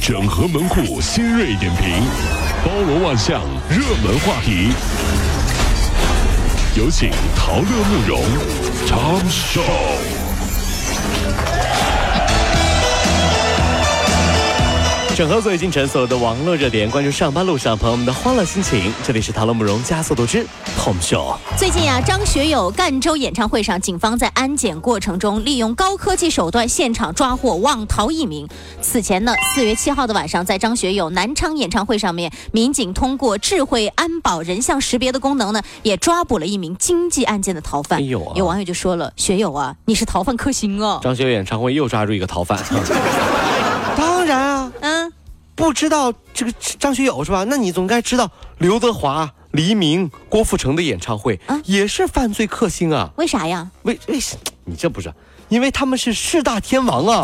整合门户新锐点评，包罗万象，热门话题。有请陶乐慕容Tom Show。 整合最近城所有的网络热点，关注上班路上朋友们的欢乐心情。这里是陶乐慕容加速度之 Tom Show。 最近张学友赣州演唱会上，警方在安检过程中利用高科技手段现场抓获妄逃1名。此前呢，4月7号的晚上，在张学友南昌演唱会上面，民警通过智慧安保人像识别的功能呢，也抓捕了1名经济案件的逃犯。有网友就说了：“学友啊，你是逃犯克星啊！” 张学友演唱会又抓住一个逃犯。 当然啊，不知道这个张学友是吧？那你总该知道刘德华、黎明、郭富城的演唱会也是犯罪克星啊。 为啥呀？ 为你这不是？因为他们是4大天王啊。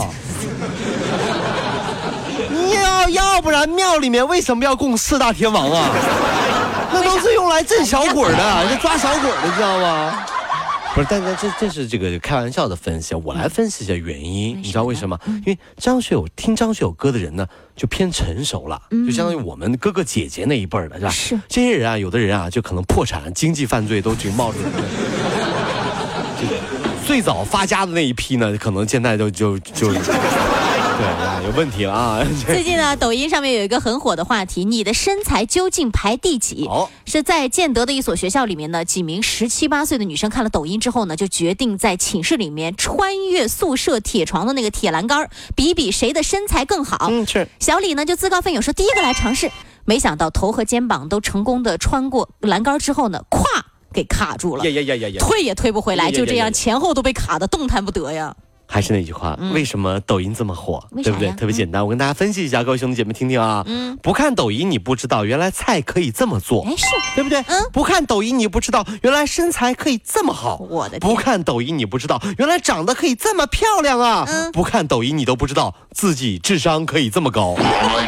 要不然庙里面为什么要供4大天王啊？那都是用来镇小鬼的，抓小鬼的，知道吗？不是，但这是这个开玩笑的分析，我来分析一下原因。你知道为什么？因为听张学友歌的人呢，就偏成熟了，就相当于我们哥哥姐姐那一辈儿的，是吧？是这些人啊，有的人啊，就可能破产、经济犯罪都只冒着。最早发家的那一批呢，可能现在就。对呀，有问题了啊！ 最近呢，抖音上面有一个很火的话题，你的身材究竟排第几？是在建德的一所学校里面呢，几名17、18岁的女生看了抖音之后呢，就决定在寝室里面穿越宿舍铁床的那个铁栏杆，比谁的身材更好。 是。 小李呢就自告奋勇说第一个来尝试，没想到头和肩膀都成功的穿过栏杆之后呢，胯给卡住了，推也推不回来，就这样前后都被卡得动弹不得呀。 还是那句话，为什么抖音这么火？对不对？特别简单，我跟大家分析一下，各位兄弟姐妹听听啊。不看抖音你不知道，原来菜可以这么做， 是对不对？不看抖音你不知道，原来身材可以这么好。 我的天！ 不看抖音你不知道，原来长得可以这么漂亮啊。不看抖音你都不知道自己智商可以这么高。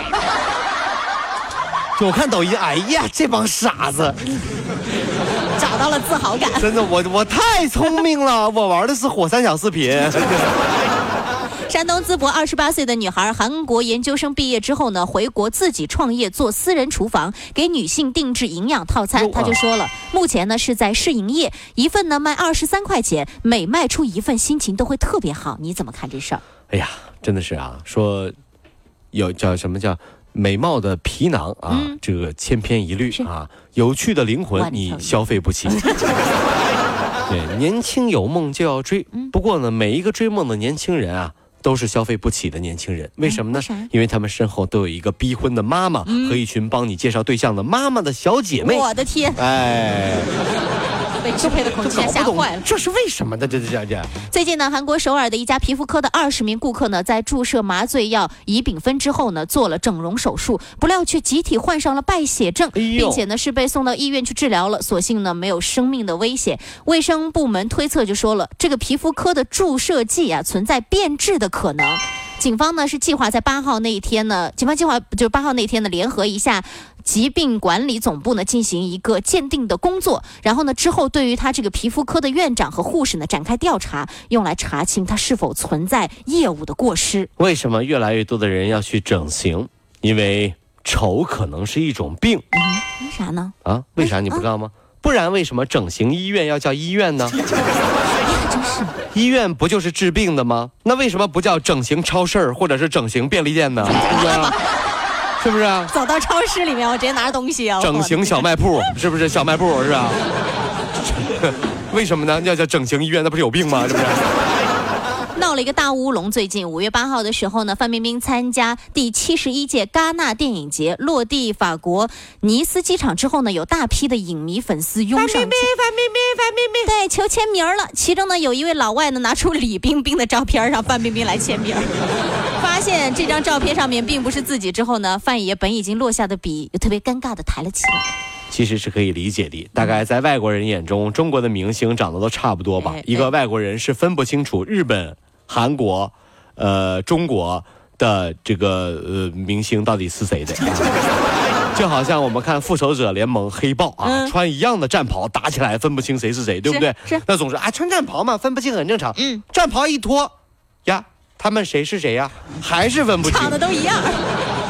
就我看抖音，哎呀，这帮傻子。 找到了自豪感， 真的，我太聪明了，我玩的是火三角视频。 山东淄博28岁的女孩，韩国研究生毕业之后呢，回国自己创业做私人厨房，给女性定制营养套餐。她就说了，目前呢是在试营业，一份呢卖23块钱，每卖出一份心情都会特别好。你怎么看这事儿？ 哎呀，真的是啊，说有叫什么叫美貌的皮囊啊，这个千篇一律啊，有趣的灵魂你消费不起。对，年轻有梦就要追，不过呢，每一个追梦的年轻人啊，都是消费不起的年轻人。为什么呢？因为他们身后都有一个逼婚的妈妈和一群帮你介绍对象的妈妈的小姐妹。 我的天！ 哎。 被支配的空间吓坏了， 这是为什么呢？这。 最近呢，韩国首尔的一家皮肤科的20名顾客呢，在注射麻醉药乙丙酚之后呢，做了整容手术，不料却集体患上了败血症，并且呢是被送到医院去治疗了，所幸呢没有生命的危险。卫生部门推测就说了，这个皮肤科的注射剂啊存在变质的可能。警方呢是计划在8号那一天呢，警方计划就是8号那天呢，联合一下疾病管理总部呢进行一个鉴定的工作，然后呢之后对于他这个皮肤科的院长和护士呢展开调查，用来查清他是否存在业务的过失。 为什么越来越多的人要去整形？因为丑可能是一种病。 为啥呢？ 为啥你不知道吗？不然为什么整形医院要叫医院呢？医院不就是治病的吗？那为什么不叫整形超市或者是整形便利店呢？是不是啊？ 走到超市里面，我直接拿着东西啊！ 整形小卖铺是不是？小卖部是吧？为什么呢？要叫整形医院，那不是有病吗？是不是？ 闹了一个大乌龙。最近5月8号的时候呢，范冰冰参加第71届戛纳电影节，落地法国尼斯机场之后呢，有大批的影迷粉丝拥上范冰冰，对，求签名了。其中呢，有一位老外呢，拿出李冰冰的照片，让范冰冰来签名。发现这张照片上面并不是自己之后呢，范爷本已经落下的笔，又特别尴尬的抬了起来。 其实是可以理解的，大概在外国人眼中，中国的明星长得都差不多吧。一个外国人是分不清楚日本、韩国、中国的这个明星到底是谁的。就好像我们看复仇者联盟黑豹啊，穿一样的战袍打起来分不清谁是谁，对不对？ 是。 那总是啊，穿战袍嘛，分不清很正常。战袍一脱呀，他们谁是谁呀？还是分不清。 长得都一样。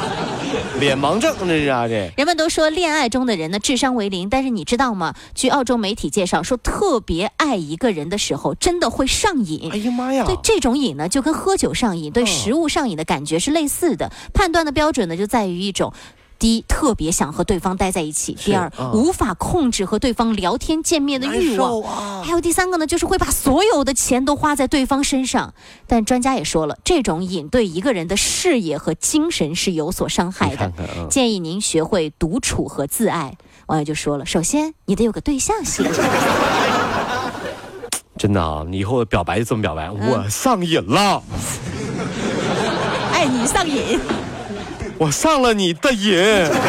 脸盲症这是啊这。 人们都说恋爱中的人呢智商为0，但是你知道吗？据澳洲媒体介绍说，特别爱一个人的时候，真的会上瘾。 哎呀妈呀！ 对，这种瘾呢，就跟喝酒上瘾、对食物上瘾的感觉是类似的。判断的标准呢，就在于一种。第一，特别想和对方待在一起；第二，无法控制和对方聊天见面的欲望；还有第三个呢，就是会把所有的钱都花在对方身上。但专家也说了，这种瘾对一个人的事业和精神是有所伤害的。建议您学会独处和自爱。网友就说了，首先你得有个对象先。 真的啊，你以后表白就这么表白，我上瘾了。 爱你上瘾。 我上了你的瘾。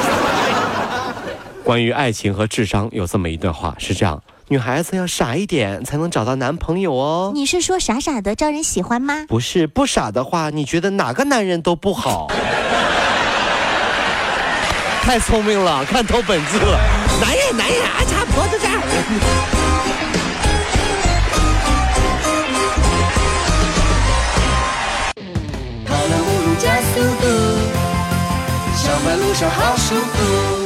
关于爱情和智商有这么一段话，是这样：女孩子要傻一点才能找到男朋友哦。 你是说傻傻的招人喜欢吗？ 不是，不傻的话，你觉得哪个男人都不好。太聪明了，看透本质了。男人啊，差不多就这样。 跑了5路加速度。上班路上好舒服。